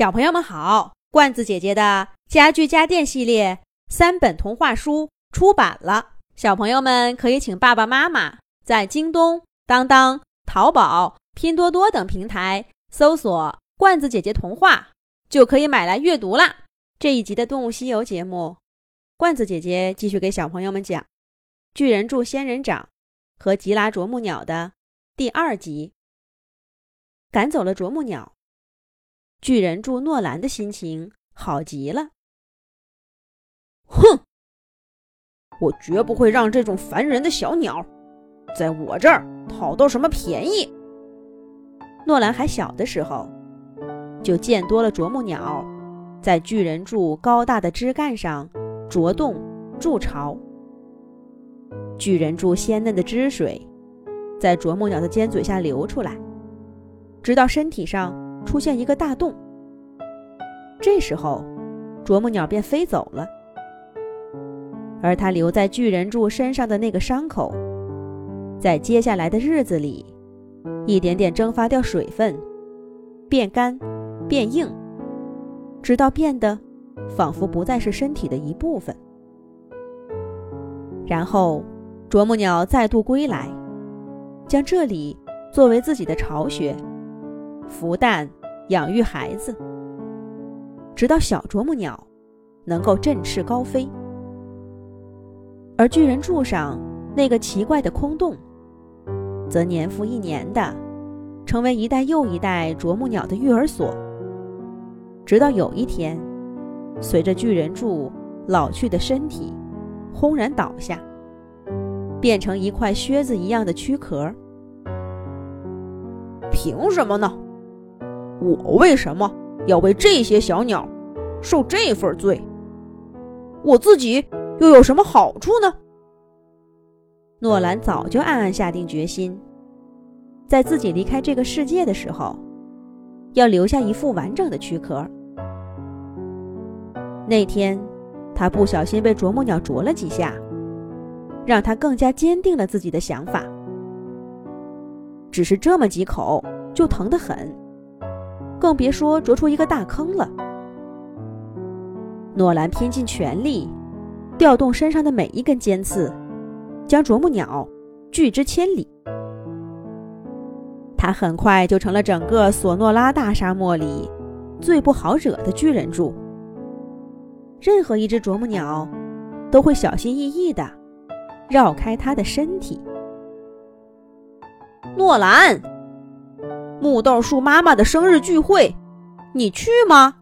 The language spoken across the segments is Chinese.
小朋友们好，罐子姐姐的家具家电系列3本童话书出版了，小朋友们可以请爸爸妈妈在京东、当当、淘宝、拼多多等平台搜索罐子姐姐童话，就可以买来阅读啦。这一集的动物西游节目，罐子姐姐继续给小朋友们讲巨人柱仙人掌和吉拉啄木鸟的第2集。赶走了啄木鸟，巨人柱诺兰的心情好极了。 哼，我绝不会让这种烦人的小鸟在我这儿讨到什么便宜。 诺兰还小的时候，就见多了啄木鸟在巨人柱高大的枝干上啄洞筑巢。巨人柱鲜嫩的汁水在啄木鸟的尖嘴下流出来，直到身体上出现一个大洞。这时候啄木鸟便飞走了，而它留在巨人柱身上的那个伤口，在接下来的日子里一点点蒸发掉水分，变干变硬，直到变得仿佛不再是身体的一部分。然后啄木鸟再度归来，将这里作为自己的巢穴，孵蛋养育孩子，直到小啄木鸟能够振翅高飞。而巨人柱上那个奇怪的空洞，则年复一年的成为一代又一代啄木鸟的育儿所，直到有一天，随着巨人柱老去的身体轰然倒下，变成一块靴子一样的躯壳。 凭什么呢？我为什么要为这些小鸟受这份罪？我自己又有什么好处呢？ 诺兰早就暗暗下定决心，在自己离开这个世界的时候，要留下一副完整的躯壳。那天他不小心被啄木鸟啄了几下，让他更加坚定了自己的想法。只是这么几口就疼得很，更别说啄出一个大坑了。诺兰拼尽全力调动身上的每一根尖刺，将啄木鸟拒之千里。他很快就成了整个索诺拉大沙漠里最不好惹的巨人柱。任何一只啄木鸟都会小心翼翼地绕开他的身体。 诺兰，木豆树妈妈的生日聚会，你去吗？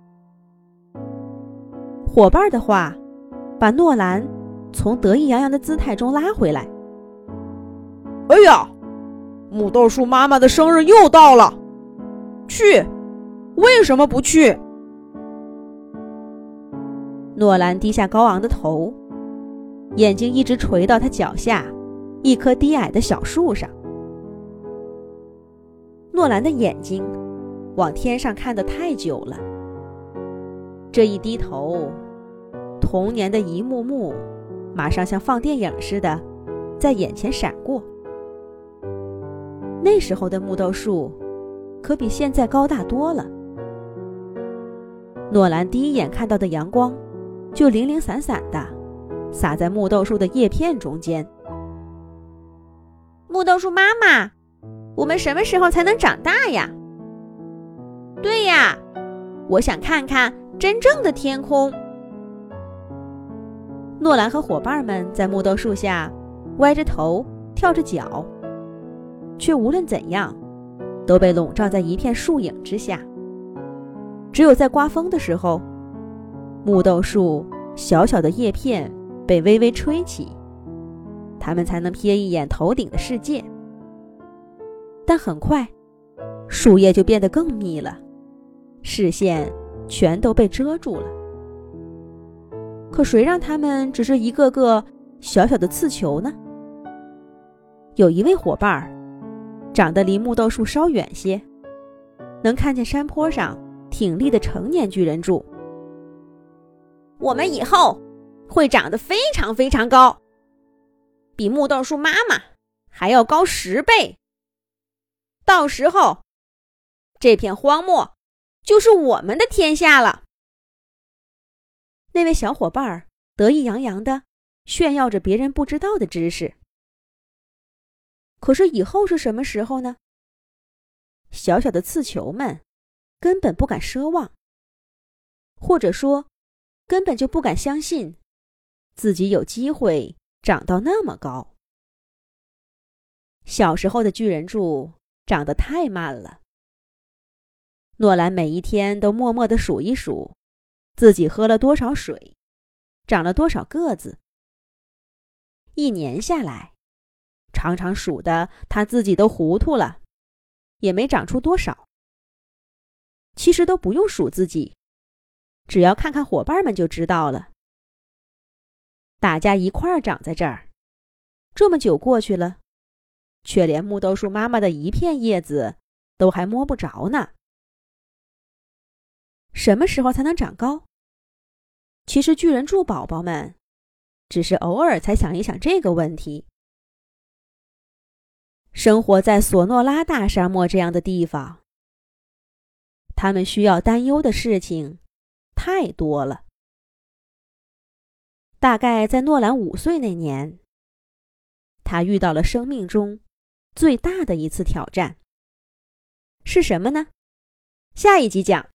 伙伴的话把诺兰从得意洋洋的姿态中拉回来。 哎呀，木豆树妈妈的生日又到了，去，为什么不去？ 诺兰低下高昂的头，眼睛一直垂到他脚下一棵低矮的小树上。诺兰的眼睛往天上看得太久了，这一低头，童年的一幕幕马上像放电影似的在眼前闪过。那时候的木豆树可比现在高大多了。诺兰第一眼看到的阳光就零零散散的洒在木豆树的叶片中间。 木豆树妈妈，我们什么时候才能长大呀？对呀，我想看看真正的天空。 诺兰和伙伴们在木豆树下歪着头跳着脚，却无论怎样都被笼罩在一片树影之下。只有在刮风的时候，木豆树小小的叶片被微微吹起，它们才能瞥一眼头顶的世界。但很快树叶就变得更密了，视线全都被遮住了。可谁让它们只是一个个小小的刺球呢？有一位伙伴长得离木豆树稍远些，能看见山坡上挺立的成年巨人柱。 我们以后会长得非常非常高，比木豆树妈妈还要高10倍。到时候，这片荒漠就是我们的天下了。 那位小伙伴得意洋洋地炫耀着别人不知道的知识。可是以后是什么时候呢？小小的刺球们根本不敢奢望，或者说根本就不敢相信自己有机会长到那么高。小时候的巨人柱长得太慢了。诺兰每一天都默默地数一数自己喝了多少水，长了多少个子。一年下来，常常数得他自己都糊涂了，也没长出多少。其实都不用数自己，只要看看伙伴们就知道了。大家一块儿长在这儿，这么久过去了，却连木豆树妈妈的一片叶子都还摸不着呢。什么时候才能长高？其实巨人柱宝宝们只是偶尔才想一想这个问题。生活在索诺拉大沙漠这样的地方，他们需要担忧的事情太多了。大概在诺兰5岁那年，他遇到了生命中最大的一次挑战。是什么呢？下一集讲。